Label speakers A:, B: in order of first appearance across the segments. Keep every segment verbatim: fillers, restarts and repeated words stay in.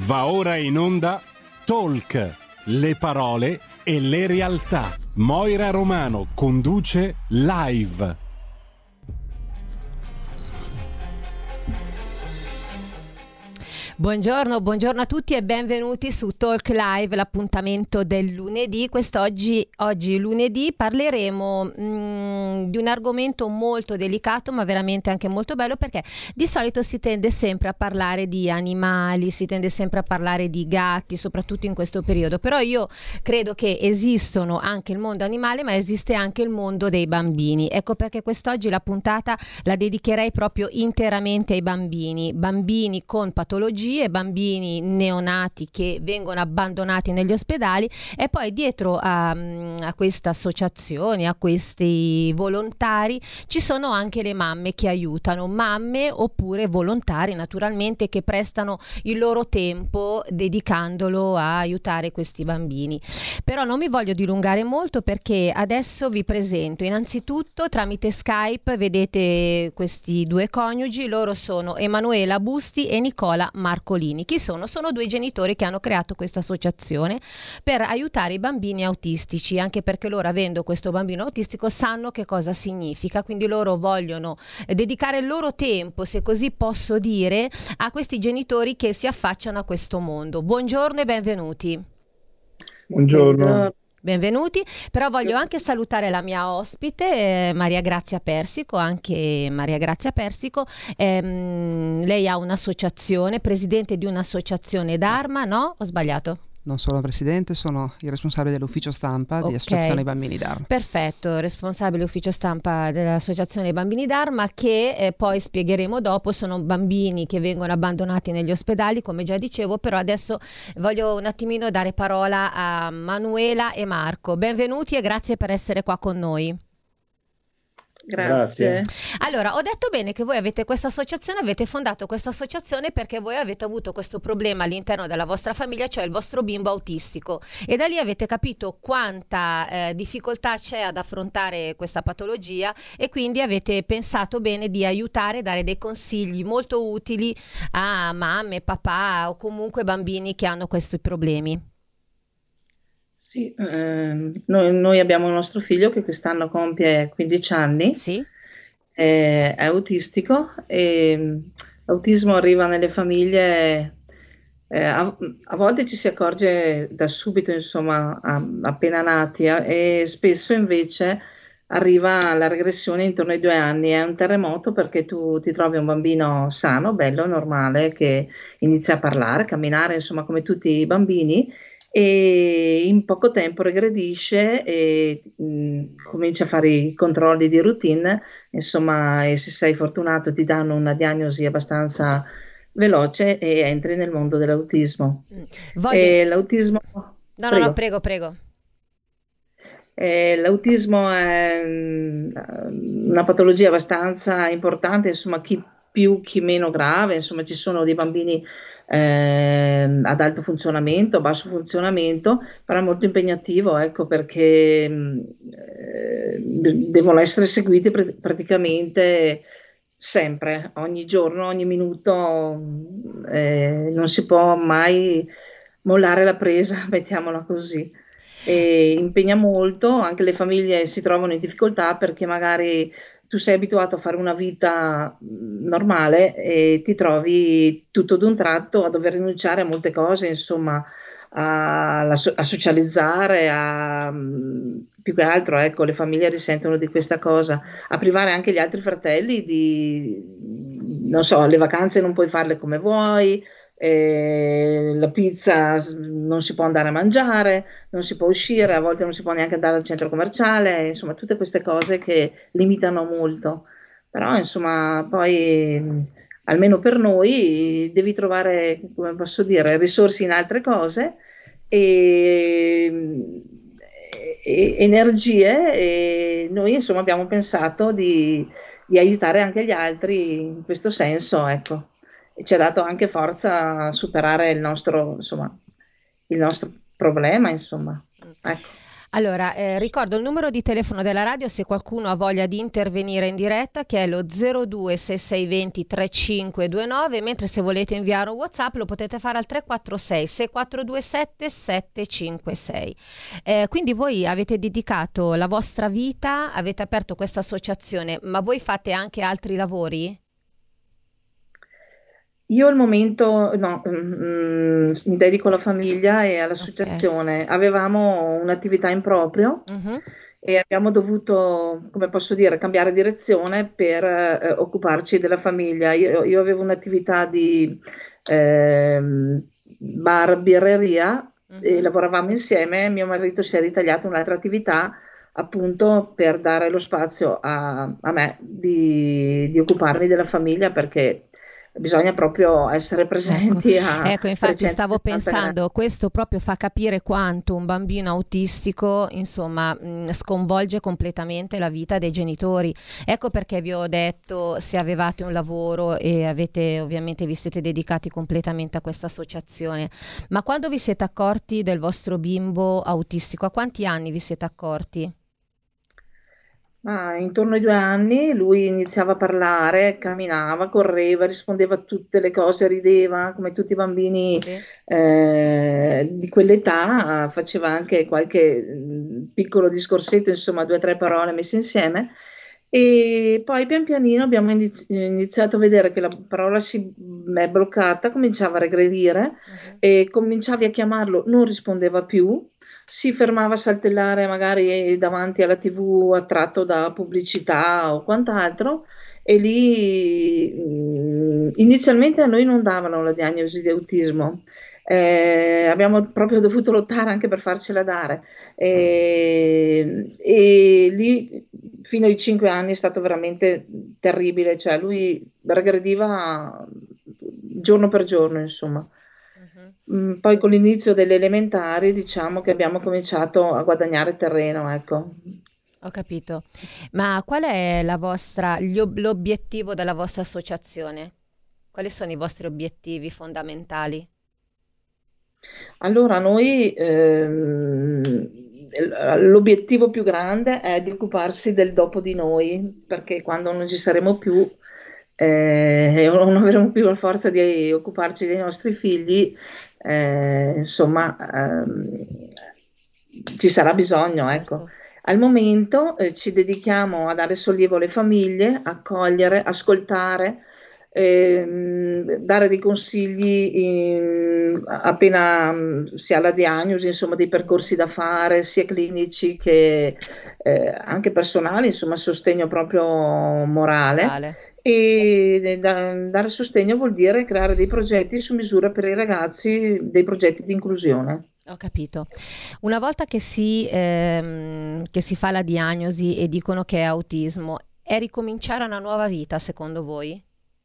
A: Va ora in onda Talk, le parole e le realtà. Moira Romano conduce live.
B: Buongiorno, buongiorno a tutti e benvenuti su Talk Live, l'appuntamento del lunedì. Quest'oggi, oggi lunedì, parleremo mh, di un argomento molto delicato ma veramente anche molto bello, perché di solito si tende sempre a parlare di animali, si tende sempre a parlare di gatti, soprattutto in questo periodo. Però io credo che esistono anche il mondo animale, ma esiste anche il mondo dei bambini. Ecco perché quest'oggi la puntata la dedicherei proprio interamente ai bambini, bambini con patologie, bambini neonati che vengono abbandonati negli ospedali, e poi dietro a, a queste associazioni, a questi volontari, ci sono anche le mamme che aiutano, mamme oppure volontari naturalmente, che prestano il loro tempo dedicandolo a aiutare questi bambini. Però non mi voglio dilungare molto, perché adesso vi presento innanzitutto tramite Skype, vedete questi due coniugi, loro sono Emanuela Busti e Nicola Marcolini. Chi sono? Sono due genitori che hanno creato questa associazione per aiutare i bambini autistici, anche perché loro, avendo questo bambino autistico, sanno che cosa significa, quindi loro vogliono dedicare il loro tempo, se così posso dire, a questi genitori che si affacciano a questo mondo. Buongiorno e benvenuti.
C: Buongiorno.
B: Benvenuti, però voglio anche salutare la mia ospite, eh, Maria Grazia Persico, anche Maria Grazia Persico. Ehm, lei ha un'associazione, presidente di un'associazione Dharma, no? Ho sbagliato?
D: Non sono presidente, sono il responsabile dell'ufficio stampa
B: Okay.
D: di Associazione Bambini Dharma.
B: Perfetto, responsabile ufficio stampa dell'Associazione Bambini Dharma, che eh, poi spiegheremo dopo. Sono bambini che vengono abbandonati negli ospedali, come già dicevo, però adesso voglio un attimino dare parola a Manuela e Marco. Benvenuti e grazie per essere qua con noi.
C: Grazie.
B: Allora, ho detto bene che voi avete questa associazione, avete fondato questa associazione perché voi avete avuto questo problema all'interno della vostra famiglia, cioè il vostro bimbo autistico, e da lì avete capito quanta eh, difficoltà c'è ad affrontare questa patologia, e quindi avete pensato bene di aiutare, dare dei consigli molto utili a mamme, papà o comunque bambini che hanno questi problemi.
C: Sì, ehm, noi, noi abbiamo un nostro figlio che quest'anno compie quindici anni,
B: Sì?
C: eh, è autistico, e mm, l'autismo arriva nelle famiglie, eh, a, a volte ci si accorge da subito, insomma, a- appena nati, eh, e spesso invece arriva la regressione intorno ai due anni. È un terremoto, perché tu ti trovi un bambino sano, bello, normale, che inizia a parlare, camminare, insomma, come tutti i bambini, e in poco tempo regredisce e mh, comincia a fare i controlli di routine, insomma, e se sei fortunato ti danno una diagnosi abbastanza veloce e entri nel mondo dell'autismo.
B: Mm. Voglio...
C: E l'autismo,
B: No, no,
C: prego.
B: no, prego, prego.
C: Eh, l'autismo è mm, una patologia abbastanza importante, insomma, chi più, chi meno grave, insomma, ci sono dei bambini ehm, ad alto funzionamento, basso funzionamento, però è molto impegnativo, ecco, perché mm, eh, de- devono essere seguiti pr- praticamente sempre, ogni giorno, ogni minuto, mm, eh, non si può mai mollare la presa, mettiamola così. E impegna molto, anche le famiglie si trovano in difficoltà, perché magari tu sei abituato a fare una vita mh, normale e ti trovi tutto d'un tratto a dover rinunciare a molte cose, insomma, a, alla so- a socializzare, a, mh, più che altro, ecco, le famiglie risentono di questa cosa, a privare anche gli altri fratelli di, non so, le vacanze non puoi farle come vuoi, eh, la pizza s- non si può andare a mangiare, non si può uscire, a volte non si può neanche andare al centro commerciale, insomma, tutte queste cose che limitano molto. Però, insomma, poi, mh, almeno per noi, devi trovare, come posso dire, risorse in altre cose e, e- energie, e noi, insomma, abbiamo pensato di, di aiutare anche gli altri in questo senso, ecco. E ci ha dato anche forza a superare il nostro, insomma, il nostro problema, insomma. Ecco.
B: Allora, eh, ricordo il numero di telefono della radio se qualcuno ha voglia di intervenire in diretta, che è lo zero due sei sei due zero tre cinque due nove, mentre se volete inviare un WhatsApp lo potete fare al tre quattro sei sei quattro due sette sette cinque sei. Eh, quindi voi avete dedicato la vostra vita, avete aperto questa associazione, ma voi fate anche altri lavori?
C: Io al momento no, mm, mi dedico alla famiglia e
B: Ok.
C: all'associazione. Avevamo un'attività in proprio
B: Mhm.
C: e abbiamo dovuto, come posso dire, cambiare direzione per eh, occuparci della famiglia. Io, io avevo un'attività di ehm, bar, birreria e
B: Mhm.
C: lavoravamo insieme. Mio marito si è ritagliato un'altra attività appunto per dare lo spazio a, a me di, di occuparmi della famiglia perché bisogna proprio essere
B: Ecco,
C: presenti a
B: ecco, infatti stavo
C: trecentosessanta gradi.
B: pensando, questo proprio fa capire quanto un bambino autistico, insomma, mh, sconvolge completamente la vita dei genitori. Ecco perché vi ho detto se avevate un lavoro e avete, ovviamente vi siete dedicati completamente a questa associazione. Ma quando vi siete accorti del vostro bimbo autistico, a quanti anni vi siete accorti?
C: Ma intorno ai due anni lui iniziava a parlare, camminava, correva, rispondeva a tutte le cose, rideva come tutti i bambini
B: Sì.
C: eh, di quell'età, faceva anche qualche mm, piccolo discorsetto, insomma, due o tre parole messe insieme. E poi pian pianino abbiamo iniz- iniziato a vedere che la parola si è bloccata, cominciava a regredire
B: Mhm.
C: e cominciavi a chiamarlo, non rispondeva più, si fermava a saltellare magari davanti alla T V attratto da pubblicità o quant'altro. E lì mh, inizialmente a noi non davano la diagnosi di autismo. Eh, abbiamo proprio dovuto lottare anche per farcela dare. E, e lì fino ai cinque anni è stato veramente terribile, cioè lui regrediva giorno per giorno, insomma.
B: Mhm.
C: Mm, Poi con l'inizio delle elementari diciamo che abbiamo cominciato a guadagnare terreno, ecco.
B: Ho capito. Ma qual è la vostra, gli ob- l'obiettivo della vostra associazione? Quali sono i vostri obiettivi fondamentali?
C: Allora, noi ehm, l'obiettivo più grande è di occuparsi del dopo di noi, perché quando non ci saremo più eh, e non avremo più la forza di occuparci dei nostri figli, eh, insomma, ehm, ci sarà bisogno, ecco.
B: Certo.
C: Al momento eh, ci dedichiamo a dare sollievo alle famiglie, accogliere, ascoltare, ehm, dare dei consigli in- appena mh, si ha la diagnosi, insomma, dei percorsi da fare, sia clinici che eh, anche personali, insomma, sostegno proprio morale.
B: Morale.
C: E da- dare sostegno vuol dire creare dei progetti su misura per i ragazzi, dei progetti di inclusione.
B: Ho capito. Una volta che si, ehm, che si fa la diagnosi e dicono che è autismo, è ricominciare una nuova vita, secondo voi?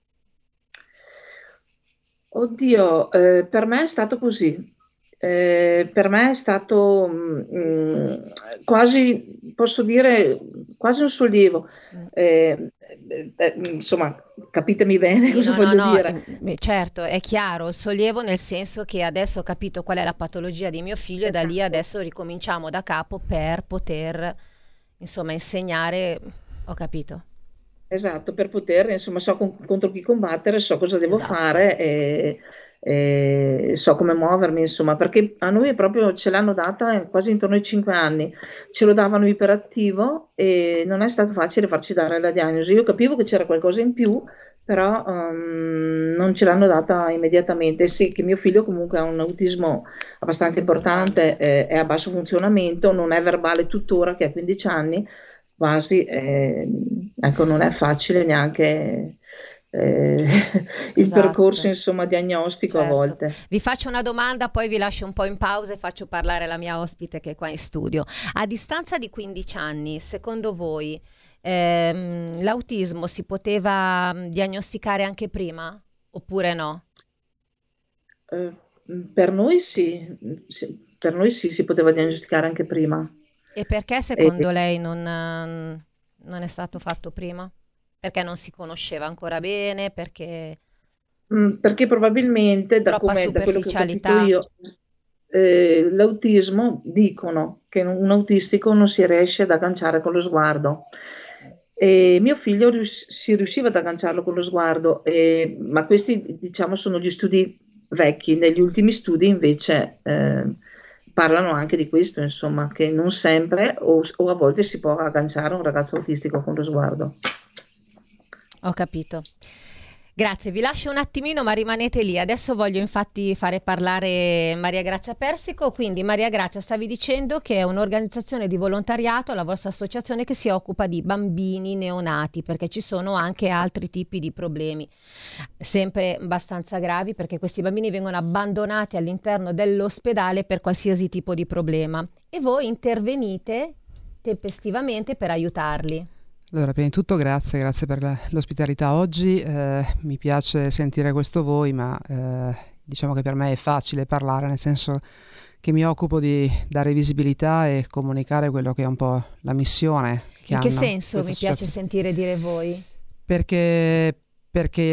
C: Oddio, eh, per me è stato così. Eh, per me è stato mm, quasi, posso dire, quasi un sollievo.
B: Mm.
C: Eh, eh, insomma, capitemi bene
B: Sì,
C: cosa
B: no, no,
C: voglio
B: no,
C: dire.
B: ehm, certo, è chiaro, sollievo nel senso che adesso ho capito qual è la patologia di mio figlio e da lì
C: Esatto.
B: adesso ricominciamo da capo per poter, insomma, insegnare. Ho capito.
C: Esatto, per poter, insomma, so con- contro chi combattere, so cosa devo
B: Esatto.
C: fare e, e so come muovermi, insomma, perché a noi proprio ce l'hanno data quasi intorno ai cinque anni, ce lo davano iperattivo e non è stato facile farci dare la diagnosi. Io capivo che c'era qualcosa in più, però ehm, non ce l'hanno data immediatamente. Sì, che mio figlio comunque ha un autismo abbastanza importante, eh, è a basso funzionamento, non è verbale tuttora, che ha quindici anni quasi, eh, ecco, non è facile neanche eh, il percorso,
B: Esatto,
C: insomma, diagnostico a
B: certo.
C: volte.
B: Vi faccio una domanda, poi vi lascio un po' in pausa e faccio parlare la mia ospite che è qua in studio. A distanza di quindici anni, secondo voi, ehm, l'autismo si poteva mm, diagnosticare anche prima oppure no?
C: Eh, per noi sì, sì, per noi sì, si poteva diagnosticare anche prima.
B: E perché
C: E,
B: secondo lei non, eh, non è stato fatto prima? Perché non si conosceva ancora bene? Perché
C: mm, perché probabilmente, da
B: troppa
C: come, da quello che ho capito
B: superficialità?
C: io, eh, l'autismo, dicono, che un autistico non si riesce ad agganciare con lo sguardo. E mio figlio rius- si riusciva ad agganciarlo con lo sguardo, e, ma questi diciamo sono gli studi vecchi. Negli ultimi studi invece eh, parlano anche di questo, insomma, che non sempre o, o a volte si può agganciare un ragazzo autistico con lo sguardo.
B: Ho capito. Grazie, vi lascio un attimino, ma rimanete lì. Adesso voglio infatti fare parlare Maria Grazia Persico. Quindi Maria Grazia, stavi dicendo che è un'organizzazione di volontariato, la vostra associazione, che si occupa di bambini neonati, perché ci sono anche altri tipi di problemi, sempre abbastanza gravi, perché questi bambini vengono abbandonati all'interno dell'ospedale per qualsiasi tipo di problema e voi intervenite tempestivamente per aiutarli.
D: Allora, prima di tutto grazie, grazie per la, l'ospitalità oggi. Eh, mi piace sentire questo voi, ma eh, diciamo che per me è facile parlare, nel senso che mi occupo di dare visibilità e comunicare quello che è un po' la missione che
B: In che
D: hanno
B: senso mi piace sentire dire voi?
D: Perché, perché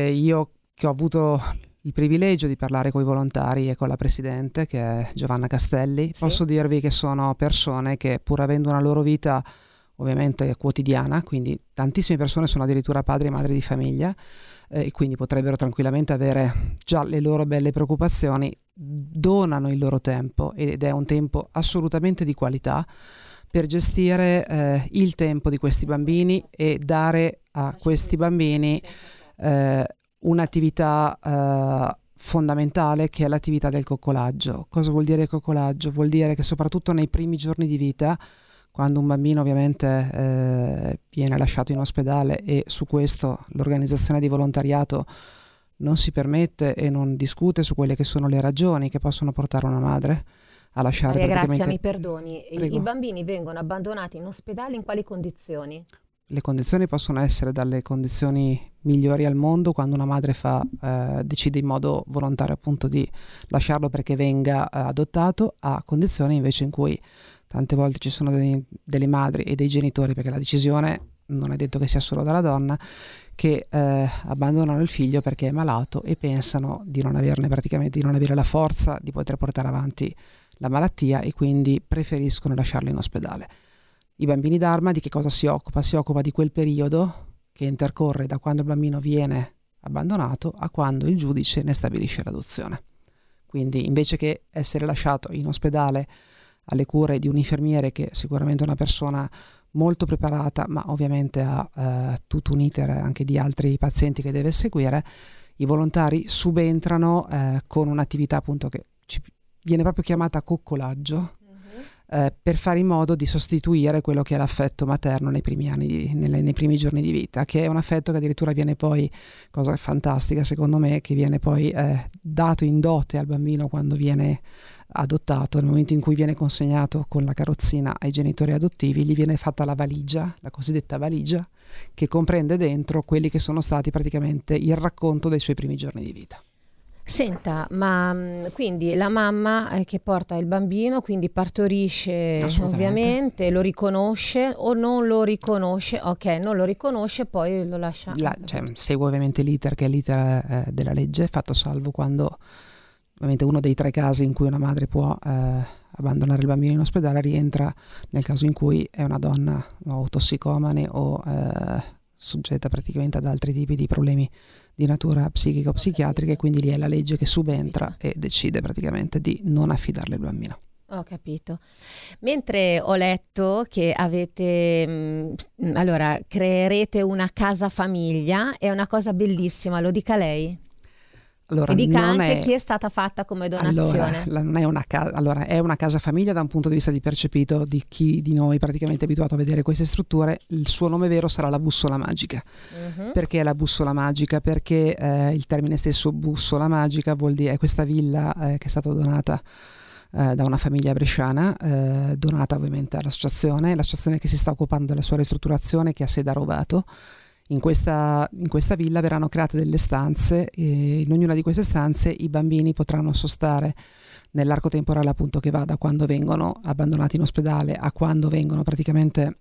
D: io che ho avuto il privilegio di parlare con i volontari e con la presidente, che è Giovanna Castelli,
B: Sì.
D: Posso dirvi che sono persone che, pur avendo una loro vita ovviamente quotidiana, quindi tantissime persone sono addirittura padri e madri di famiglia eh, e quindi potrebbero tranquillamente avere già le loro belle preoccupazioni, donano il loro tempo, ed è un tempo assolutamente di qualità, per gestire eh, il tempo di questi bambini e dare a questi bambini eh, un'attività eh, fondamentale, che è l'attività del coccolaggio. Cosa vuol dire il coccolaggio? Vuol dire che soprattutto nei primi giorni di vita, quando un bambino ovviamente eh, viene lasciato in ospedale, e su questo l'organizzazione di volontariato non si permette e non discute su quelle che sono le ragioni che possono portare una madre a lasciare
B: Maria
D: praticamente...
B: Grazia, mi perdoni, I,
D: Prego.
B: i bambini vengono abbandonati in ospedale in quali condizioni?
D: Le condizioni possono essere dalle condizioni migliori al mondo, quando una madre fa, eh, decide in modo volontario appunto di lasciarlo perché venga eh, adottato, a condizioni invece in cui tante volte ci sono dei, delle madri e dei genitori, perché la decisione non è detto che sia solo dalla donna, che eh, abbandonano il figlio perché è malato e pensano di non averne praticamente, di non avere la forza di poter portare avanti la malattia, e quindi preferiscono lasciarlo in ospedale. I bambini d'Arma di che cosa si occupa? Si occupa di quel periodo che intercorre da quando il bambino viene abbandonato a quando il giudice ne stabilisce l'adozione. Quindi invece che essere lasciato in ospedale alle cure di un infermiere, che sicuramente è una persona molto preparata, ma ovviamente ha eh, tutto un iter anche di altri pazienti che deve seguire, i volontari subentrano eh, con un'attività appunto che ci viene proprio chiamata coccolaggio, eh, per fare in modo di sostituire quello che è l'affetto materno nei primi anni, di, nelle, nei primi giorni di vita, che è un affetto che addirittura viene poi, cosa fantastica secondo me, che viene poi eh, dato in dote al bambino quando viene adottato. Nel momento in cui viene consegnato con la carrozzina ai genitori adottivi, gli viene fatta la valigia, la cosiddetta valigia, che comprende dentro quelli che sono stati praticamente il racconto dei suoi primi giorni di vita.
B: Senta, ma mh, quindi la mamma eh, che porta il bambino, quindi partorisce ovviamente, lo riconosce o non lo riconosce? Ok, non lo riconosce, poi lo lascia...
D: La, cioè, segue ovviamente l'iter, che è l'iter eh, della legge, fatto salvo quando ovviamente uno dei tre casi in cui una madre può eh, abbandonare il bambino in ospedale rientra nel caso in cui è una donna o tossicomane o eh, soggetta praticamente ad altri tipi di problemi di natura psichica o psichiatrica, e quindi lì è la legge che subentra e decide praticamente di non affidarle il bambino.
B: Ho capito. Mentre ho letto che avete, mh, allora, creerete una casa famiglia, è una cosa bellissima, lo dica lei?
D: Allora,
B: e dica
D: non
B: anche
D: è...
B: chi è stata fatta come donazione.
D: Allora, la, non è una casa, allora, è una casa famiglia da un punto di vista di percepito di chi di noi praticamente è abituato a vedere queste strutture. Il suo nome vero sarà la bussola magica. Uh-huh. Perché la bussola magica? Perché eh, il termine stesso bussola magica vuol dire, è questa villa eh, che è stata donata eh, da una famiglia bresciana, eh, donata ovviamente all'associazione, l'associazione che si sta occupando della sua ristrutturazione, che ha sede a Rovato. In questa, in questa villa verranno create delle stanze, e in ognuna di queste stanze i bambini potranno sostare nell'arco temporale appunto che va da quando vengono abbandonati in ospedale a quando vengono praticamente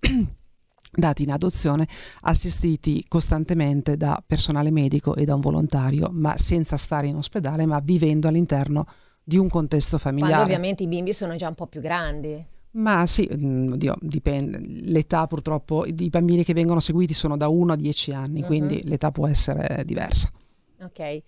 D: dati in adozione, assistiti costantemente da personale medico e da un volontario, ma senza stare in ospedale, ma vivendo all'interno di un contesto familiare.
B: Quando ovviamente i bimbi sono già un po' più grandi.
D: Ma sì, mh, oddio, dipende. L'età purtroppo, i bambini che vengono seguiti sono da uno a dieci anni,
B: Mhm.
D: quindi l'età può essere diversa.
B: Ok.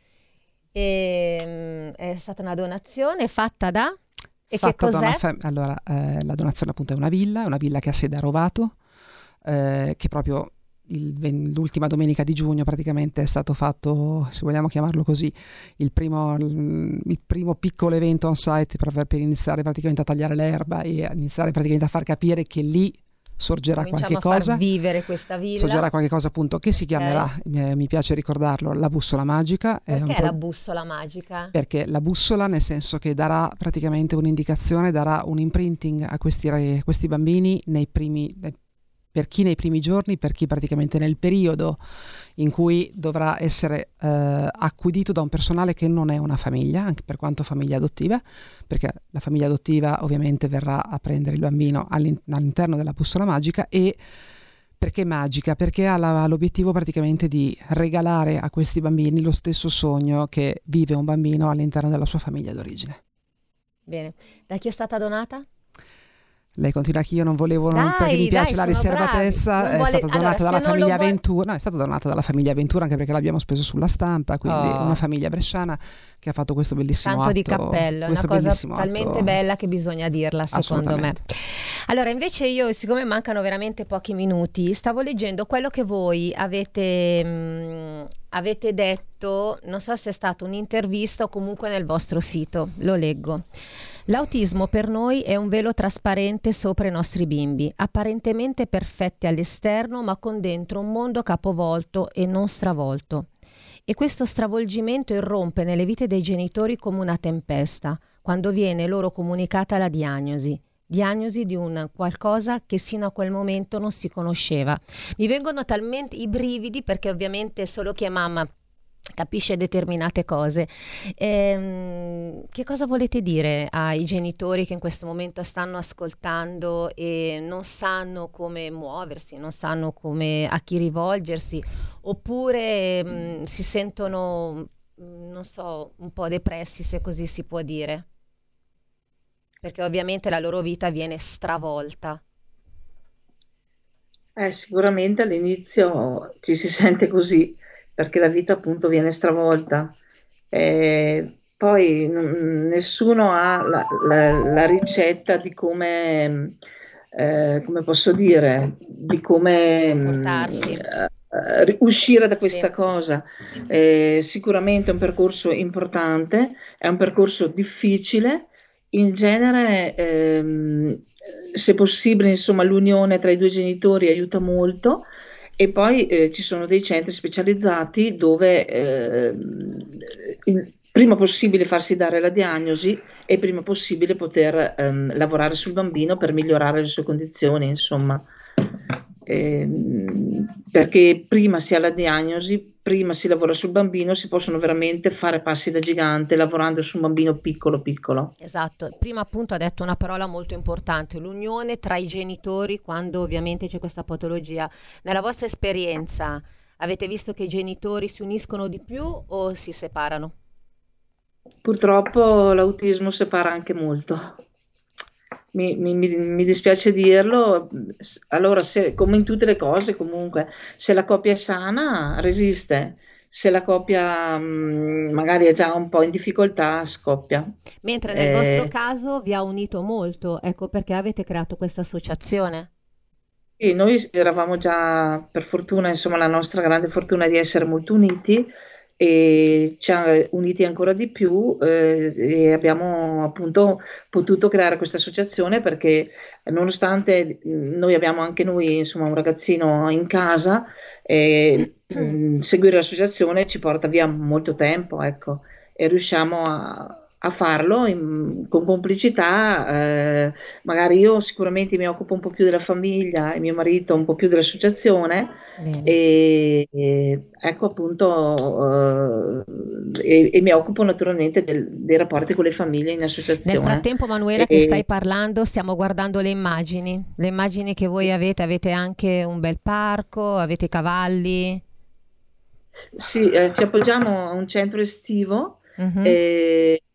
B: E, è stata una donazione fatta da? E
D: Fatta
B: che
D: da
B: cos'è?
D: una fam- allora, eh, la donazione appunto è una villa, è una villa che ha sede a Rovato, eh, che proprio il ven- l'ultima domenica di giugno praticamente è stato fatto, se vogliamo chiamarlo così, il primo, il, il primo piccolo evento on site per, per iniziare praticamente a tagliare l'erba e a iniziare praticamente a far capire che lì sorgerà
B: Cominciamo
D: qualche
B: a far
D: cosa.
B: vivere questa villa.
D: Sorgerà qualche cosa appunto che si
B: Ok.
D: chiamerà, eh, mi piace ricordarlo, la bussola magica. È un
B: Perché
D: pro-
B: la bussola magica?
D: perché la bussola, nel senso che darà praticamente un'indicazione, darà un imprinting a questi, a questi bambini nei primi, per chi nei primi giorni, per chi praticamente nel periodo in cui dovrà essere eh, accudito da un personale che non è una famiglia, anche per quanto famiglia adottiva, perché la famiglia adottiva ovviamente verrà a prendere il bambino all'in- all'interno della bussola magica. E perché magica? Perché ha la- l'obiettivo praticamente di regalare a questi bambini lo stesso sogno che vive un bambino all'interno della sua famiglia d'origine.
B: Bene. Da chi è stata donata?
D: Lei continua che io non volevo, non- perché mi
B: Dai,
D: piace
B: dai,
D: la
B: sono
D: riservatezza,
B: bravi. Non
D: è
B: vuole-
D: stata donata
B: allora, se
D: dalla
B: non lo
D: famiglia
B: vuole-
D: Ventura, no, è stata donata dalla famiglia Ventura anche perché l'abbiamo speso sulla stampa, quindi
B: Oh.
D: una famiglia bresciana che ha fatto questo bellissimo
B: Tanto
D: atto.
B: di cappello, è una
D: questo
B: cosa
D: bellissimo
B: talmente
D: atto.
B: bella che bisogna dirla, secondo me.
D: Assolutamente.
B: Allora, invece io, siccome mancano veramente pochi minuti, stavo leggendo quello che voi avete, mh, avete detto, non so se è stata un'intervista o comunque nel vostro sito, lo leggo. L'autismo per noi è un velo trasparente sopra i nostri bimbi, apparentemente perfetti all'esterno, ma con dentro un mondo capovolto e non stravolto. E questo stravolgimento irrompe nelle vite dei genitori come una tempesta, quando viene loro comunicata la diagnosi. Diagnosi di un qualcosa che sino a quel momento non si conosceva. Mi vengono talmente i brividi perché ovviamente solo chi è mamma capisce determinate cose. Ehm, che cosa volete dire ai genitori che in questo momento stanno ascoltando e non sanno come muoversi, non sanno come, a chi rivolgersi, oppure mh, si sentono, mh, non so, un po' depressi, se così si può dire? Perché ovviamente la loro vita viene stravolta.
C: Eh, sicuramente all'inizio ci si sente così, perché la vita appunto viene stravolta. Eh, poi non- nessuno ha la, la- la ricetta di come, eh, come posso dire, di come mm,
B: Comportarsi.
C: eh, ri- uscire da questa
B: Sì.
C: cosa. Eh, sicuramente è un percorso importante, è un percorso difficile. In genere, ehm, se possibile, insomma, l'unione tra i due genitori aiuta molto. E poi eh, ci sono dei centri specializzati dove eh, il prima possibile farsi dare la diagnosi e il prima possibile poter ehm, lavorare sul bambino per migliorare le sue condizioni, insomma. Ehm, perché prima si ha la diagnosi, prima si lavora sul bambino, si possono veramente fare passi da gigante lavorando su un bambino piccolo piccolo.
B: Esatto, prima appunto ha detto una parola molto importante, l'unione tra i genitori quando ovviamente c'è questa patologia. Nella vostra esperienza avete visto che i genitori si uniscono di più o si separano?
C: Purtroppo l'autismo separa anche molto. Mi, mi- mi- mi dispiace dirlo. Allora, se, come in tutte le cose, comunque, se la coppia è sana, resiste. Se la coppia mh, magari è già un po' in difficoltà, scoppia.
B: Mentre nel
C: Eh,
B: vostro caso vi ha unito molto, ecco perché avete creato questa associazione.
C: E noi eravamo già, per fortuna, insomma, la nostra grande fortuna è di essere molto uniti e ci ha uniti ancora di più eh, e abbiamo appunto potuto creare questa associazione perché nonostante mh, noi abbiamo anche noi, insomma, un ragazzino in casa, e, mh, seguire l'associazione ci porta via molto tempo, ecco, e riusciamo a, a farlo in- con complicità. Eh, magari io sicuramente mi occupo un po' più della famiglia e mio marito un po' più dell'associazione
B: Bene.
C: e, e ecco appunto eh, e, e mi occupo naturalmente del- dei rapporti con le famiglie in
B: Nel
C: associazione.
B: frattempo, Manuela, che
C: E-
B: stai parlando, stiamo guardando le immagini. Le immagini che voi avete, avete anche un bel parco, avete cavalli.
C: Sì, eh, ci appoggiamo a un centro estivo
B: Mhm.
C: eh,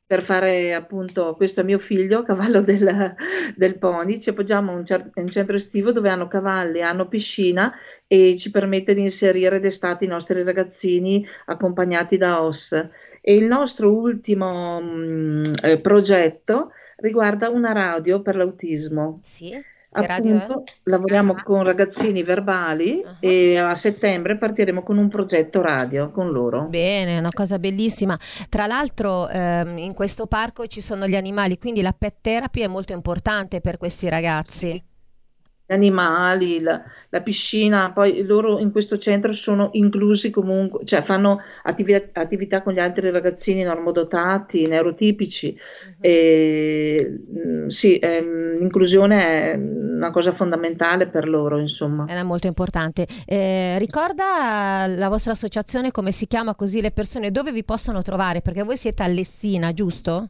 C: per fare appunto, questo è mio figlio, cavallo del, del pony, ci appoggiamo a un, cer- un centro estivo dove hanno cavalli, hanno piscina e ci permette di inserire d'estate i nostri ragazzini accompagnati da O S. E il nostro ultimo mh, eh, progetto riguarda una radio per l'autismo.
B: Sì. Che radio
C: Appunto, lavoriamo
B: uh-huh.
C: con ragazzini verbali uh-huh. e a settembre partiremo con un progetto radio con loro.
B: Bene, una cosa bellissima. Tra l'altro ehm, in questo parco ci sono gli animali, quindi la pet therapy è molto importante per questi ragazzi.
C: Sì. Gli animali, la, la piscina, poi loro in questo centro sono inclusi comunque, cioè fanno attività, attività con gli altri ragazzini normodotati, neurotipici. Uh-huh. E, mh, sì, ehm, l'inclusione è una cosa fondamentale per loro, insomma.
B: È molto importante. Eh, ricorda la vostra associazione, come si chiama, così le persone dove vi possono trovare? Perché voi siete a Lessina, giusto?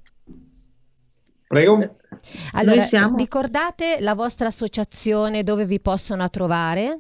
E: Prego.
B: Allora,
C: Noi siamo...
B: ricordate la vostra associazione dove vi possono trovare?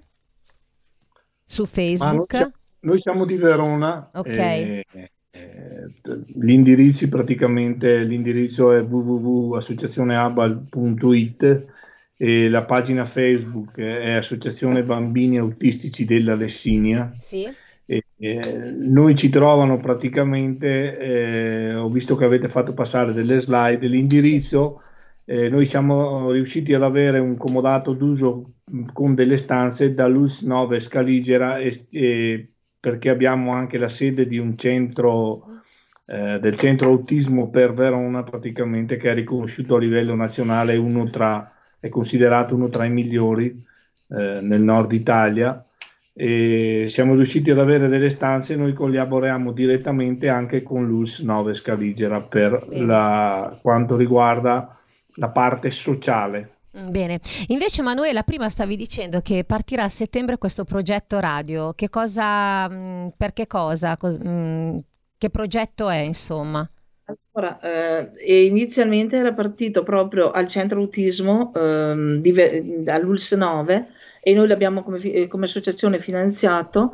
B: Su Facebook?
E: Noi, noi siamo di Verona.
B: Ok.
E: E, e, gli indirizzi praticamente, l'indirizzo è w w w punto associazione abal punto it e la pagina Facebook è Associazione Bambini Autistici della Lessinia.
B: Sì.
E: E, eh, noi ci trovano praticamente, eh, ho visto che avete fatto passare delle slide, l'indirizzo, eh, noi siamo riusciti ad avere un comodato d'uso con delle stanze da L U S nove Scaligera e, e perché abbiamo anche la sede di un centro eh, del centro autismo per Verona praticamente, che è riconosciuto a livello nazionale, uno tra, è considerato uno tra i migliori eh, nel nord Italia. E siamo riusciti ad avere delle stanze. Noi collaboriamo direttamente anche con l'U S nove Scaligera per la, quanto riguarda la parte sociale.
B: Bene, invece Manuela, prima stavi dicendo che partirà a settembre questo progetto radio. Che cosa, mh, per che cosa, cos- mh, che progetto è, insomma?
C: Allora, eh, inizialmente era partito proprio al centro autismo ehm, di, all'U L S nove e noi l'abbiamo come, come associazione finanziato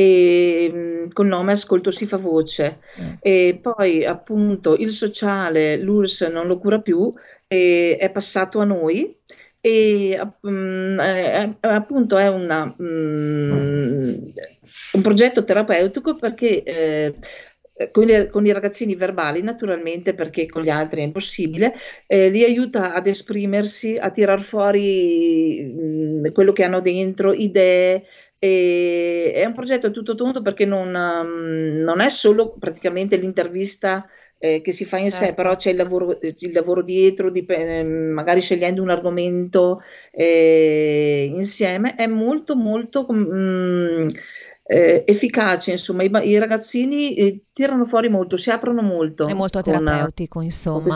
C: e mh, col nome Ascolto si fa voce. Mm. E poi appunto il sociale l'U L S non lo cura più e è passato a noi e um, è, appunto è una, um, un progetto terapeutico perché eh, Con, le, con i ragazzini verbali naturalmente, perché con gli altri è impossibile, eh, li aiuta ad esprimersi, a tirar fuori mh, quello che hanno dentro, idee. E è un progetto a tutto tondo perché non, um, non è solo praticamente l'intervista eh, che si fa in certo. sé, però c'è il lavoro, il lavoro dietro, di, eh, magari scegliendo un argomento eh, insieme. È molto molto mh, Eh, efficace, insomma, i, i ragazzini eh, tirano fuori molto, si aprono molto.
B: È molto
C: con,
B: terapeutico, insomma.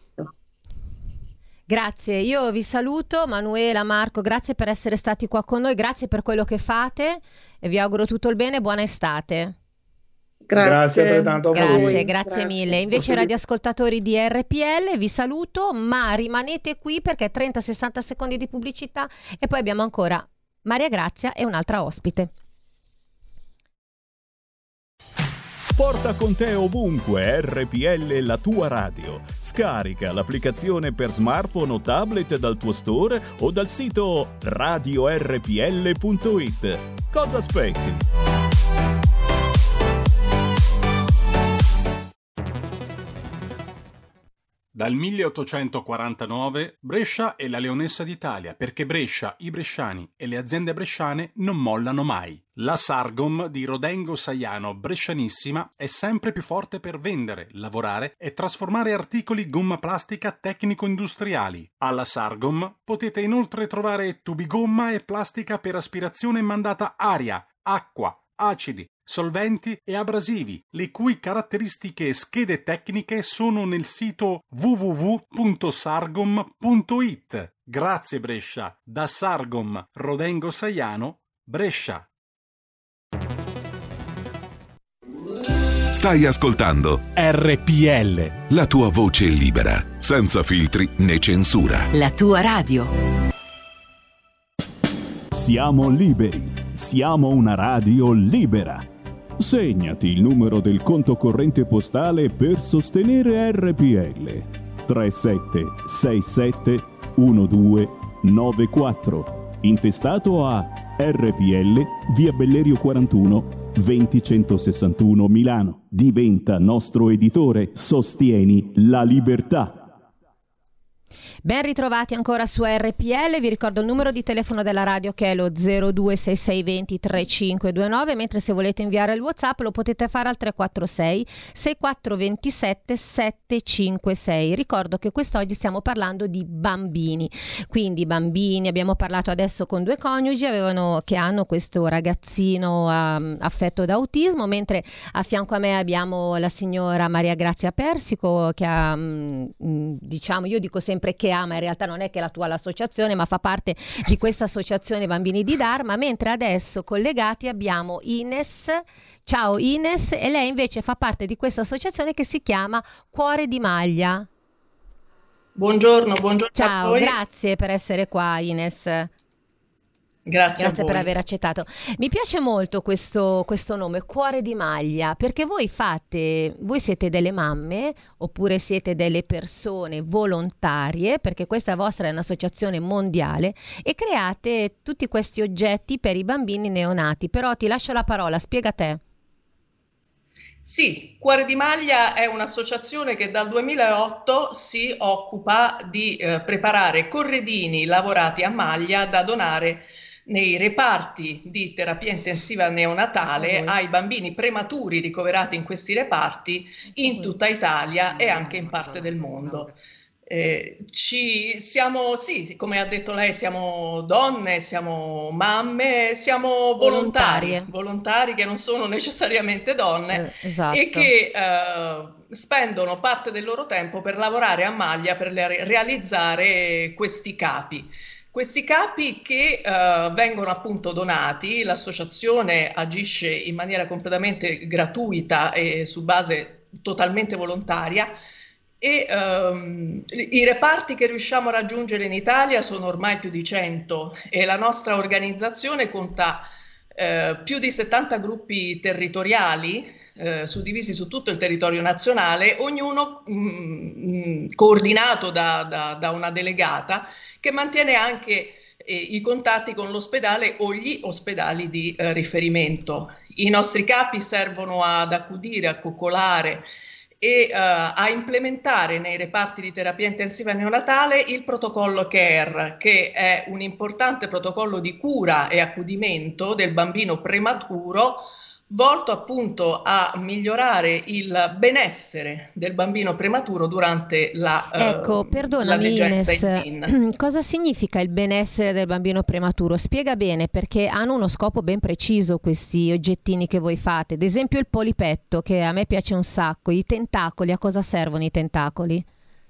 B: Grazie, io vi saluto, Manuela, Marco, grazie per essere stati qua con noi, grazie per quello che fate e vi auguro tutto il bene, buona estate.
C: Grazie,
E: grazie, altrettanto a
B: grazie,
E: voi.
B: grazie,
C: grazie
B: mille. Invece radioascoltatori di R P L vi saluto, ma rimanete qui perché trenta sessanta secondi di pubblicità e poi abbiamo ancora Maria Grazia e un'altra ospite.
F: Porta con te ovunque R P L, la tua radio. Scarica l'applicazione per smartphone o tablet dal tuo store o dal sito radio r p l punto it. Cosa aspetti?
A: Dal milleottocentoquarantanove Brescia è la leonessa d'Italia, perché Brescia, i bresciani e le aziende bresciane non mollano mai. La Sargom di Rodengo Saiano, brescianissima, è sempre più forte per vendere, lavorare e trasformare articoli gomma plastica tecnico-industriali. Alla Sargom potete inoltre trovare tubi gomma e plastica per aspirazione mandata aria, acqua, acidi, solventi e abrasivi, le cui caratteristiche e schede tecniche sono nel sito w w w punto sargom punto it. Grazie Brescia, da Sargom Rodengo Saiano, Brescia.
G: Stai ascoltando
A: R P L,
G: la tua voce libera, senza filtri né censura.
H: La tua radio.
F: Siamo liberi, siamo una radio libera. Segnati il numero del conto corrente postale per sostenere R P L tre sette sei sette uno due nove quattro, intestato a R P L via Bellerio quarantuno venti centosessantuno Milano. Diventa nostro editore, sostieni la libertà.
B: Ben ritrovati ancora su R P L, vi ricordo il numero di telefono della radio che è lo zero due sei sei due zero tre cinque due nove, mentre se volete inviare il WhatsApp lo potete fare al tre quattro sei sei quattro due sette sette cinque sei. Ricordo che quest'oggi stiamo parlando di bambini, quindi bambini, abbiamo parlato adesso con due coniugi avevano, che hanno questo ragazzino um, affetto da autismo, mentre a fianco a me abbiamo la signora Maria Grazia Persico che ha, um, diciamo, io dico sempre che ma in realtà non è che la tua l'associazione, ma fa parte di questa associazione Bambini di Dharma, mentre adesso collegati abbiamo Ines. Ciao Ines, e lei invece fa parte di questa associazione che si chiama Cuore di Maglia.
H: Buongiorno, buongiorno.
B: Ciao,
H: a voi.
B: Grazie per essere qua Ines.
H: Grazie,
B: Grazie
H: a voi.
B: per aver accettato. Mi piace molto questo, questo nome, Cuore di Maglia, perché voi fate, voi siete delle mamme oppure siete delle persone volontarie, perché questa vostra è un'associazione mondiale e create tutti questi oggetti per i bambini neonati. Però ti lascio la parola, spiega te.
H: Sì, Cuore di Maglia è un'associazione che dal duemilaotto si occupa di eh, preparare corredini lavorati a maglia da donare nei reparti di terapia intensiva neonatale oh. ai bambini prematuri ricoverati in questi reparti in tutta Italia e anche in parte del mondo. Eh, ci siamo, sì, come ha detto lei, siamo donne, siamo mamme, siamo volontari, volontari che non sono necessariamente donne
B: eh, esatto.
H: e che eh, spendono parte del loro tempo per lavorare a maglia per le, realizzare questi capi. Questi capi che uh, vengono appunto donati, l'associazione agisce in maniera completamente gratuita e su base totalmente volontaria e um, i reparti che riusciamo a raggiungere in Italia sono ormai più di cento e la nostra organizzazione conta uh, più di settanta gruppi territoriali uh, suddivisi su tutto il territorio nazionale, ognuno mm, coordinato da, da, da una delegata che mantiene anche eh, i contatti con l'ospedale o gli ospedali di eh, riferimento. I nostri capi servono ad accudire, a coccolare e uh, a implementare nei reparti di terapia intensiva neonatale il protocollo CARE, che è un importante protocollo di cura e accudimento del bambino prematuro volto appunto a migliorare il benessere del bambino prematuro durante la
B: ecco,
H: uh,
B: perdonami
H: Ines,
B: cosa significa il benessere del bambino prematuro? Spiega bene, perché hanno uno scopo ben preciso questi oggettini che voi fate, ad esempio il polipetto che a me piace un sacco, i tentacoli, a cosa servono i tentacoli?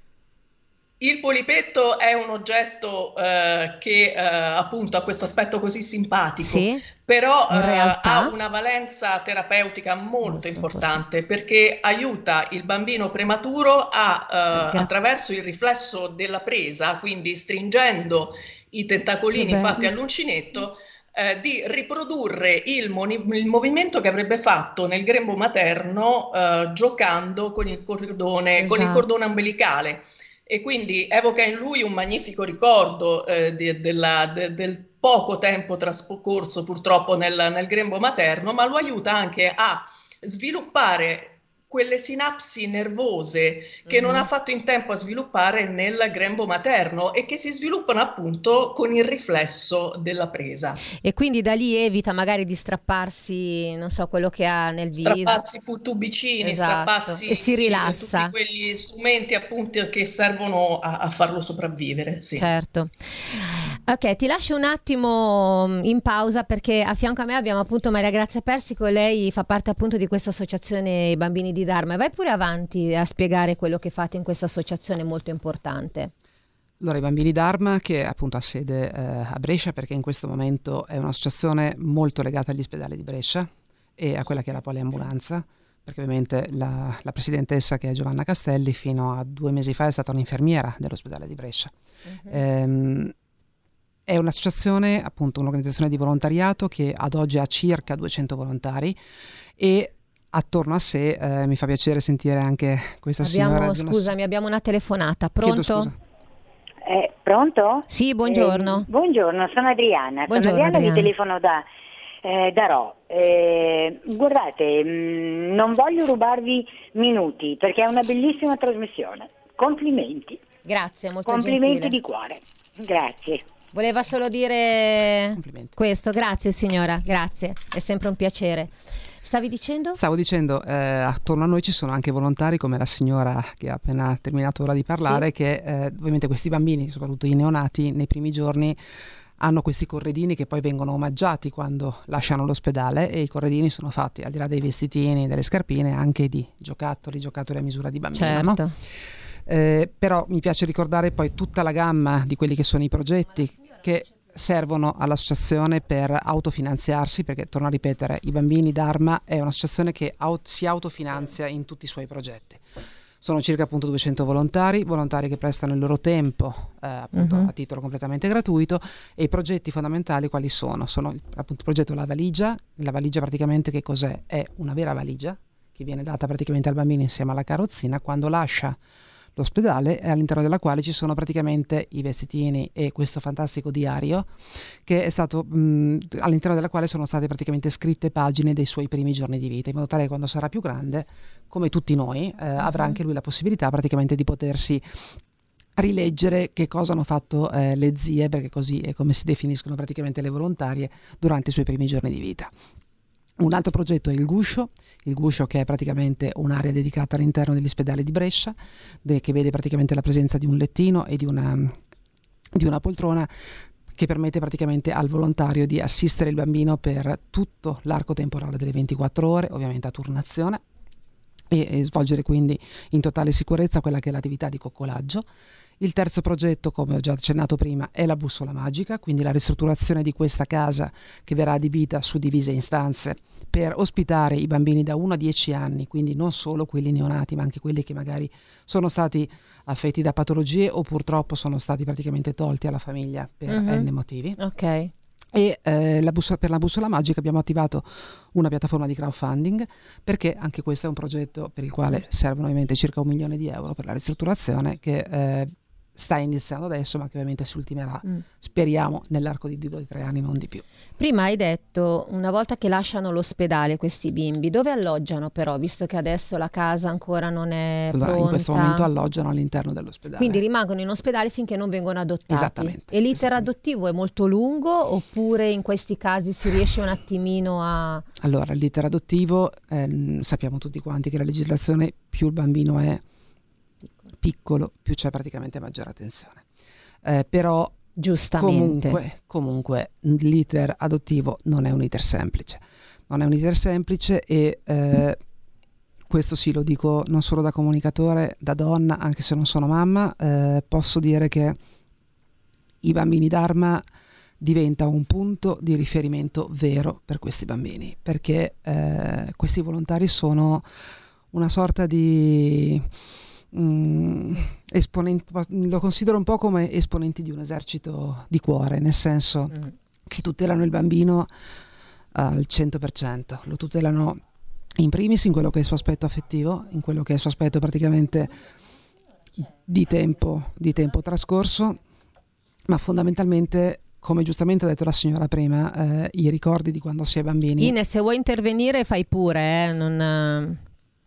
H: Il polipetto è un oggetto eh, che eh, appunto ha questo aspetto così simpatico, sì, però eh, ha una valenza terapeutica molto, molto importante, importante perché aiuta il bambino prematuro a, eh, attraverso il riflesso della presa, quindi stringendo i tentacolini fatti all'uncinetto, eh, di riprodurre il, moni- il movimento che avrebbe fatto nel grembo materno eh, giocando con il cordone, esatto. con il cordone ombelicale. E quindi evoca in lui un magnifico ricordo eh, de, della, de, del poco tempo trascorso purtroppo nel, nel grembo materno, ma lo aiuta anche a sviluppare quelle sinapsi nervose che mm-hmm. non ha fatto in tempo a sviluppare nel grembo materno e che si sviluppano appunto con il riflesso della presa.
B: E quindi da lì evita magari di strapparsi, non so, quello che ha nel viso.
H: Strapparsi tubicini, esatto. strapparsi
B: e si rilassa.
H: Tutti quegli strumenti appunto che servono a, a farlo sopravvivere. Sì.
B: Certo. Ok, ti lascio un attimo in pausa perché a fianco a me abbiamo appunto Maria Grazia Persico, lei fa parte appunto di questa associazione Bambini di Dharma. Vai pure avanti a spiegare quello che fate in questa associazione molto importante.
D: Allora, i Bambini Dharma, che appunto ha sede eh, a Brescia, perché in questo momento è un'associazione molto legata agli ospedali di Brescia e a quella che è la poliambulanza, perché ovviamente la, la presidentessa, che è Giovanna Castelli, fino a due mesi fa è stata un'infermiera dell'ospedale di Brescia. Uh-huh. Ehm, È un'associazione, appunto un'organizzazione di volontariato che ad oggi ha circa duecento volontari e attorno a sé eh, mi fa piacere sentire anche questa
B: abbiamo,
D: signora.
B: Scusami, una... abbiamo una telefonata. Pronto?
I: Eh, pronto?
B: Sì, buongiorno.
I: Eh, buongiorno, sono Adriana.
B: Buongiorno,
I: sono Adriana,
B: Adriana.
I: vi telefono da, eh, da Ro. Eh, guardate, mh, non voglio rubarvi minuti perché è una bellissima trasmissione. Complimenti.
B: Grazie, molto
I: Complimenti
B: gentile.
I: di cuore. Grazie.
B: Voleva solo dire questo. Grazie signora, grazie. È sempre un piacere. Stavi dicendo?
D: Stavo dicendo, eh, attorno a noi ci sono anche volontari come la signora che ha appena terminato ora di parlare, sì. che eh, ovviamente questi bambini, soprattutto i neonati, nei primi giorni hanno questi corredini che poi vengono omaggiati quando lasciano l'ospedale, e i corredini sono fatti, al di là dei vestitini, delle scarpine, anche di giocattoli, giocattoli a misura di bambino.
B: Certo.
D: No? Eh, però mi piace ricordare poi tutta la gamma di quelli che sono i progetti che servono all'associazione per autofinanziarsi, perché torno a ripetere, i Bambini Dharma è un'associazione che aut- si autofinanzia in tutti i suoi progetti. Sono circa appunto duecento volontari, volontari che prestano il loro tempo eh, appunto uh-huh. a titolo completamente gratuito, e i progetti fondamentali quali sono? Sono appunto il progetto La Valigia. La valigia praticamente che cos'è? È una vera valigia che viene data praticamente al bambino insieme alla carrozzina quando lascia l'ospedale, e all'interno della quale ci sono praticamente i vestitini e questo fantastico diario che è stato mh, all'interno della quale sono state praticamente scritte pagine dei suoi primi giorni di vita, in modo tale che quando sarà più grande, come tutti noi, eh, uh-huh. avrà anche lui la possibilità praticamente di potersi rileggere che cosa hanno fatto eh, le zie, perché così è come si definiscono praticamente le volontarie durante i suoi primi giorni di vita. Un altro progetto è il Guscio, il Guscio che è praticamente un'area dedicata all'interno dell'ospedale di Brescia, de- che vede praticamente la presenza di un lettino e di una, di una poltrona che permette praticamente al volontario di assistere il bambino per tutto l'arco temporale delle ventiquattro ore, ovviamente a turnazione, e, e svolgere quindi in totale sicurezza quella che è l'attività di coccolaggio. Il terzo progetto, come ho già accennato prima, è la bussola magica, quindi la ristrutturazione di questa casa che verrà adibita, suddivisa in stanze per ospitare i bambini da uno a dieci anni, quindi non solo quelli neonati ma anche quelli che magari sono stati affetti da patologie o purtroppo sono stati praticamente tolti alla famiglia per uh-huh. n motivi.
B: Ok.
D: E eh, la bussola, per la bussola magica abbiamo attivato una piattaforma di crowdfunding, perché anche questo è un progetto per il quale servono ovviamente circa un milione di euro per la ristrutturazione, che eh, sta iniziando adesso, ma che ovviamente si ultimerà, mm. speriamo, nell'arco di due o tre anni, non di più.
B: Prima hai detto, una volta che lasciano l'ospedale questi bimbi, dove alloggiano però, visto che adesso la casa ancora non è
D: allora,
B: pronta?
D: In questo momento alloggiano all'interno dell'ospedale.
B: Quindi rimangono in ospedale finché non vengono adottati.
D: Esattamente.
B: E l'iter
D: esattamente.
B: adottivo è molto lungo, oppure in questi casi si riesce un attimino a...
D: Allora, l'iter adottivo, ehm, sappiamo tutti quanti che la legislazione, più il bambino è piccolo, più c'è praticamente maggiore attenzione. Eh, però
B: giustamente
D: comunque, comunque l'iter adottivo non è un iter semplice. Non è un iter semplice e eh, questo sì, lo dico non solo da comunicatore, da donna, anche se non sono mamma, eh, posso dire che i Bambini Dharma diventa un punto di riferimento vero per questi bambini, perché eh, questi volontari sono una sorta di Mm, esponenti, lo considero un po' come esponenti di un esercito di cuore, nel senso mm. che tutelano il bambino al cento per cento, lo tutelano in primis in quello che è il suo aspetto affettivo, in quello che è il suo aspetto praticamente di tempo, di tempo trascorso, ma fondamentalmente, come giustamente ha detto la signora prima, eh, i ricordi di quando si è bambini.
B: Ines, se vuoi intervenire fai pure, eh, non...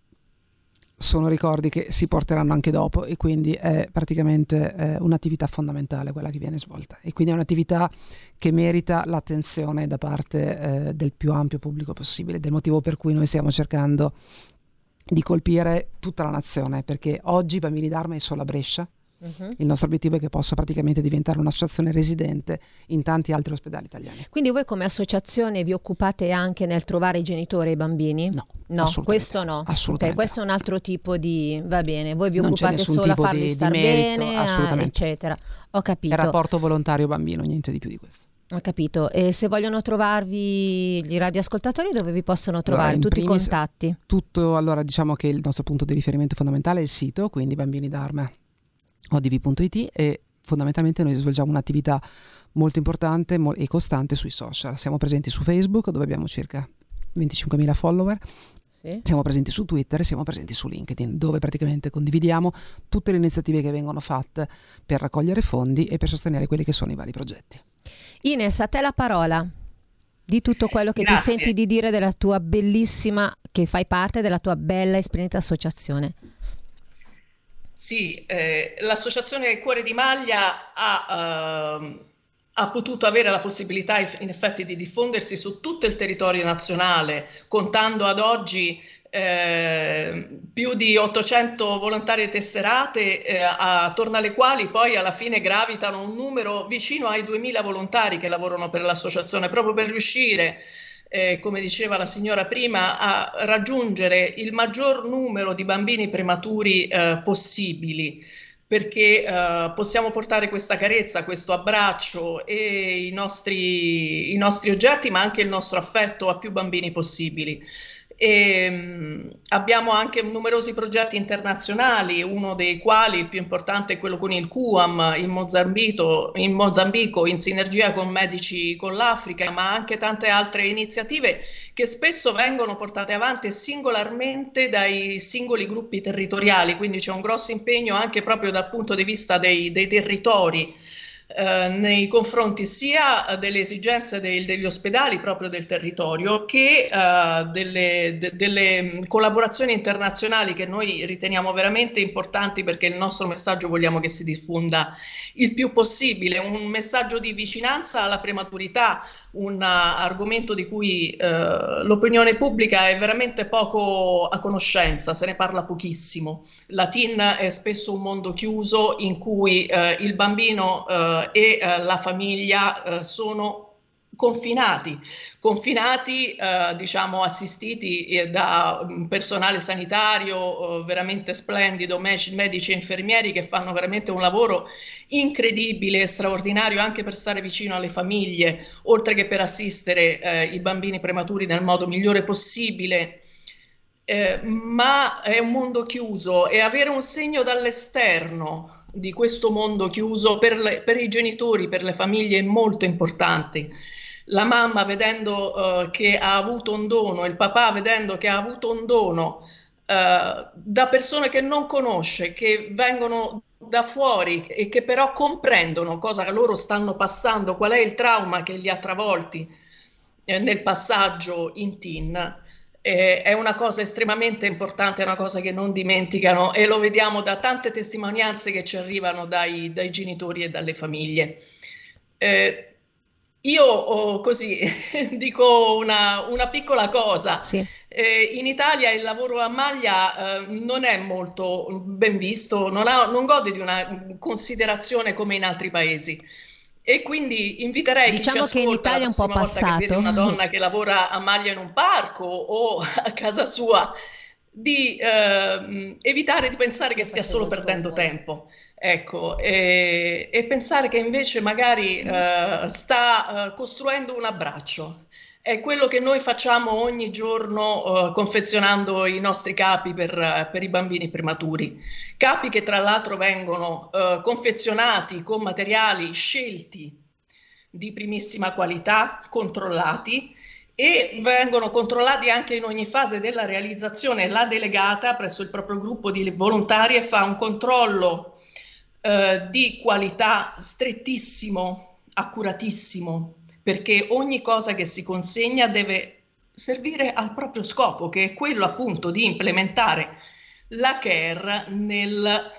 D: sono ricordi che si porteranno anche dopo, e quindi è praticamente eh, un'attività fondamentale quella che viene svolta, e quindi è un'attività che merita l'attenzione da parte eh, del più ampio pubblico possibile, del motivo per cui noi stiamo cercando di colpire tutta la nazione, perché oggi Bambini Dharma è solo a Brescia. Uh-huh. Il nostro obiettivo è che possa praticamente diventare un'associazione residente in tanti altri ospedali italiani.
B: Quindi voi come associazione vi occupate anche nel trovare i genitori e i bambini?
D: No,
B: no, questo no.
D: Assolutamente.
B: Okay, questo è un altro tipo di, va bene, voi vi
D: non
B: occupate solo a farli
D: di,
B: star
D: di merito,
B: bene,
D: assolutamente.
B: eccetera. Ho capito.
D: È rapporto volontario-bambino, niente di più di questo.
B: Ho capito. E se vogliono trovarvi gli radioascoltatori, dove vi possono trovare?
D: Allora,
B: tutti i contatti?
D: Tutto, allora diciamo che il nostro punto di riferimento fondamentale è il sito, quindi Bambini Dharma o d v punto i t, e fondamentalmente noi svolgiamo un'attività molto importante e costante sui social. Siamo presenti su Facebook, dove abbiamo circa venticinquemila follower. Sì. Siamo presenti su Twitter e siamo presenti su LinkedIn, dove praticamente condividiamo tutte le iniziative che vengono fatte per raccogliere fondi e per sostenere quelli che sono i vari progetti.
B: Ines, a te la parola. Di tutto quello che
H: Grazie.
B: ti senti di dire della tua bellissima, che fai parte della tua bella esperienza associazione.
H: Sì, eh, l'associazione Cuore di Maglia ha, uh, ha potuto avere la possibilità in effetti di diffondersi su tutto il territorio nazionale, contando ad oggi eh, più di ottocento volontarie tesserate, eh, attorno alle quali poi alla fine gravitano un numero vicino ai duemila volontari che lavorano per l'associazione, proprio per riuscire, Eh, come diceva la signora prima, a raggiungere il maggior numero di bambini prematuri eh, possibili, perché eh, possiamo portare questa carezza, questo abbraccio e i nostri, i nostri oggetti, ma anche il nostro affetto a più bambini possibili. E, mh, abbiamo anche numerosi progetti internazionali, uno dei quali, il più importante, è quello con il Q U A M in Mozambico, in Mozambico, in sinergia con Medici con l'Africa, ma anche tante altre iniziative che spesso vengono portate avanti singolarmente dai singoli gruppi territoriali, quindi c'è un grosso impegno anche proprio dal punto di vista dei, dei territori, Eh, nei confronti sia delle esigenze dei, degli ospedali proprio del territorio che eh, delle, de, delle collaborazioni internazionali che noi riteniamo veramente importanti, perché il nostro messaggio vogliamo che si diffonda il più possibile, un messaggio di vicinanza alla prematurità, un argomento di cui eh, l'opinione pubblica è veramente poco a conoscenza, se ne parla pochissimo. La T I N è spesso un mondo chiuso in cui eh, il bambino eh, e eh, la famiglia eh, sono confinati, confinati eh, diciamo assistiti eh, da personale sanitario eh, veramente splendido, medici, medici e infermieri che fanno veramente un lavoro incredibile e straordinario anche per stare vicino alle famiglie, oltre che per assistere eh, i bambini prematuri nel modo migliore possibile. Eh, ma è un mondo chiuso e avere un segno dall'esterno di questo mondo chiuso per, le, per i genitori, per le famiglie è molto importante. La mamma vedendo uh, che ha avuto un dono, il papà vedendo che ha avuto un dono uh, da persone che non conosce, che vengono da fuori e che però comprendono cosa loro stanno passando, qual è il trauma che li ha travolti eh, nel passaggio in T I N. Eh, è una cosa estremamente importante, è una cosa che non dimenticano e lo vediamo da tante testimonianze che ci arrivano dai, dai genitori e dalle famiglie. Eh, io oh, così dico una, una piccola cosa, sì. eh, in Italia il lavoro a maglia eh, non è molto ben visto, non, ha, non gode di una considerazione come in altri paesi. E quindi inviterei
B: diciamo
H: chi ci ascolta
B: che in Italia
H: la prossima
B: è un po'
H: volta che vede una donna che lavora a maglia in un parco o a casa sua di eh, evitare di pensare che stia solo perdendo tempo, ecco, e, e pensare che invece magari eh, sta eh, costruendo un abbraccio. È quello che noi facciamo ogni giorno uh, confezionando i nostri capi per, uh, per i bambini prematuri. Capi che tra l'altro vengono uh, confezionati con materiali scelti di primissima qualità, controllati, e vengono controllati anche in ogni fase della realizzazione. La delegata presso il proprio gruppo di volontarie fa un controllo uh, di qualità strettissimo, accuratissimo, perché ogni cosa che si consegna deve servire al proprio scopo, che è quello appunto di implementare la care nel,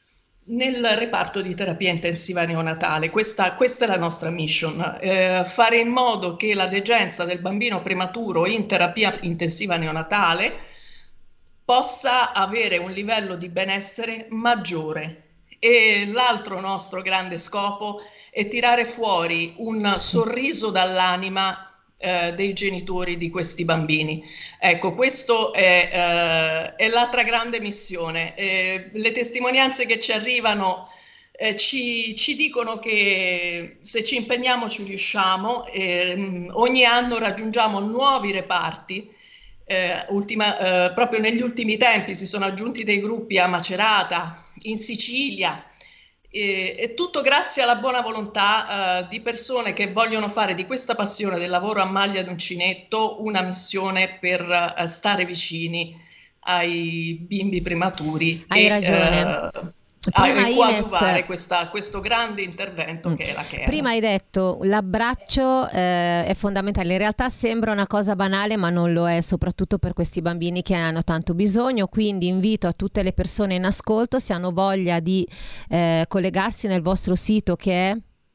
H: nel reparto di terapia intensiva neonatale. Questa, questa è la nostra mission, eh, fare in modo che la degenza del bambino prematuro in terapia intensiva neonatale possa avere un livello di benessere maggiore. E l'altro nostro grande scopo è tirare fuori un sorriso dall'anima eh, dei genitori di questi bambini. Ecco, questo è, eh, è l'altra grande missione. Eh, le testimonianze che ci arrivano eh, ci, ci dicono che se ci impegniamo ci riusciamo. Eh, ogni anno raggiungiamo nuovi reparti. Eh, ultima, eh, proprio negli ultimi tempi si sono aggiunti dei gruppi a Macerata, in Sicilia, E, e tutto grazie alla buona volontà uh, di persone che vogliono fare di questa passione del lavoro a maglia d'uncinetto una missione per uh, stare vicini ai bimbi prematuri.
B: Hai
H: e,
B: ragione.
H: Uh,
B: Prima
H: a coadiuvare
B: Ines,
H: questa, questo grande intervento che è la Care.
B: Prima hai detto l'abbraccio eh, è fondamentale, in realtà sembra una cosa banale ma non lo è, soprattutto per questi bambini che hanno tanto bisogno, quindi invito a tutte le persone in ascolto, se hanno voglia di eh, collegarsi nel vostro sito, che è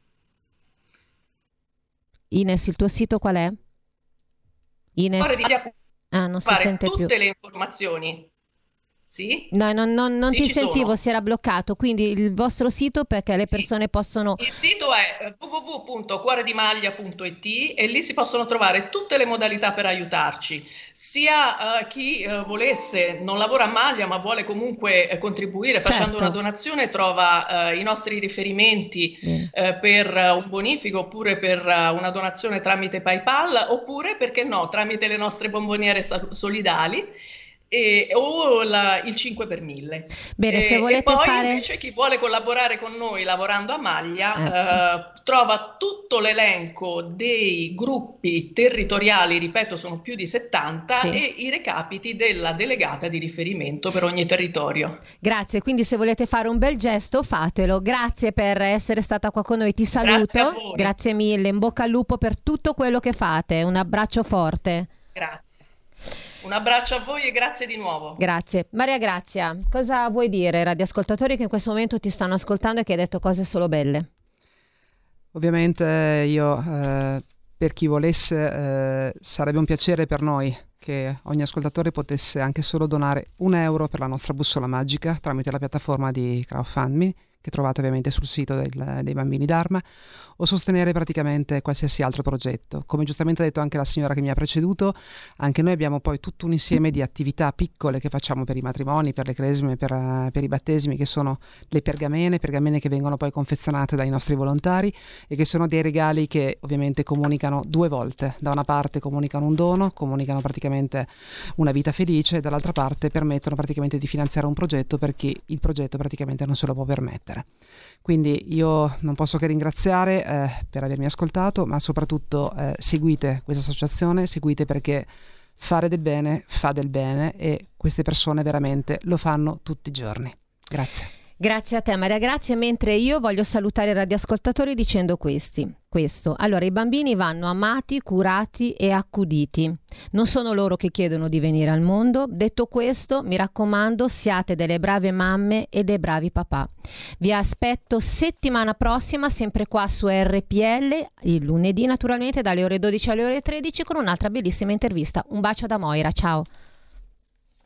B: Ines, il tuo sito qual è? Ines? Ah, non si sente
H: tutte
B: più.
H: le informazioni. Sì?
B: No, non, non, non
H: sì,
B: ti sentivo,
H: sono.
B: Si era bloccato, quindi il vostro sito, perché le
H: sì.
B: persone possono...
H: Il sito è w w w punto cuore di maglia punto i t e lì si possono trovare tutte le modalità per aiutarci, sia uh, chi uh, volesse, non lavora a maglia ma vuole comunque uh, contribuire facendo
B: certo.
H: una donazione, trova uh, i nostri riferimenti uh, per uh, un bonifico, oppure per uh, una donazione tramite PayPal, oppure, perché no, tramite le nostre bomboniere solidali. E, o la, il cinque per mille.
B: Bene,
H: e,
B: se volete
H: e poi
B: fare...
H: invece chi vuole collaborare con noi lavorando a maglia
B: ecco.
H: eh, trova tutto l'elenco dei gruppi territoriali, ripeto sono più di settanta, sì. e i recapiti della delegata di riferimento per ogni territorio.
B: Grazie, quindi se volete fare un bel gesto fatelo. Grazie per essere stata qua con noi, ti saluto.
H: Grazie a voi.
B: Grazie mille, in bocca al lupo per tutto quello che fate, un abbraccio forte.
H: Grazie. Un abbraccio a voi e grazie di nuovo.
B: Grazie. Maria Grazia, cosa vuoi dire ai radioascoltatori che in questo momento ti stanno ascoltando e che hai detto cose solo belle?
D: Ovviamente io, eh, per chi volesse, eh, sarebbe un piacere per noi che ogni ascoltatore potesse anche solo donare un euro per la nostra bussola magica tramite la piattaforma di crowdfunding che trovate ovviamente sul sito del, dei Bambini Dharma, o sostenere praticamente qualsiasi altro progetto. Come giustamente ha detto anche la signora che mi ha preceduto, anche noi abbiamo poi tutto un insieme di attività piccole che facciamo per i matrimoni, per le cresime, per, per i battesimi, che sono le pergamene, pergamene che vengono poi confezionate dai nostri volontari e che sono dei regali che ovviamente comunicano due volte. Da una parte comunicano un dono, comunicano praticamente una vita felice, e dall'altra parte permettono praticamente di finanziare un progetto per chi il progetto praticamente non se lo può permettere. Quindi io non posso che ringraziare eh, per avermi ascoltato, ma soprattutto eh, seguite questa associazione, seguite perché fare del bene fa del bene e queste persone veramente lo fanno tutti i giorni. Grazie.
B: Grazie a te Maria Grazia, mentre io voglio salutare i radioascoltatori dicendo questi, questo. Allora, i bambini vanno amati, curati e accuditi. Non sono loro che chiedono di venire al mondo. Detto questo, mi raccomando, siate delle brave mamme e dei bravi papà. Vi aspetto settimana prossima, sempre qua su R P L, il lunedì naturalmente, dalle ore dodici alle ore tredici, con un'altra bellissima intervista. Un bacio da Moira, ciao.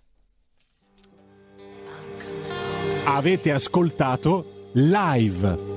A: Avete ascoltato Live.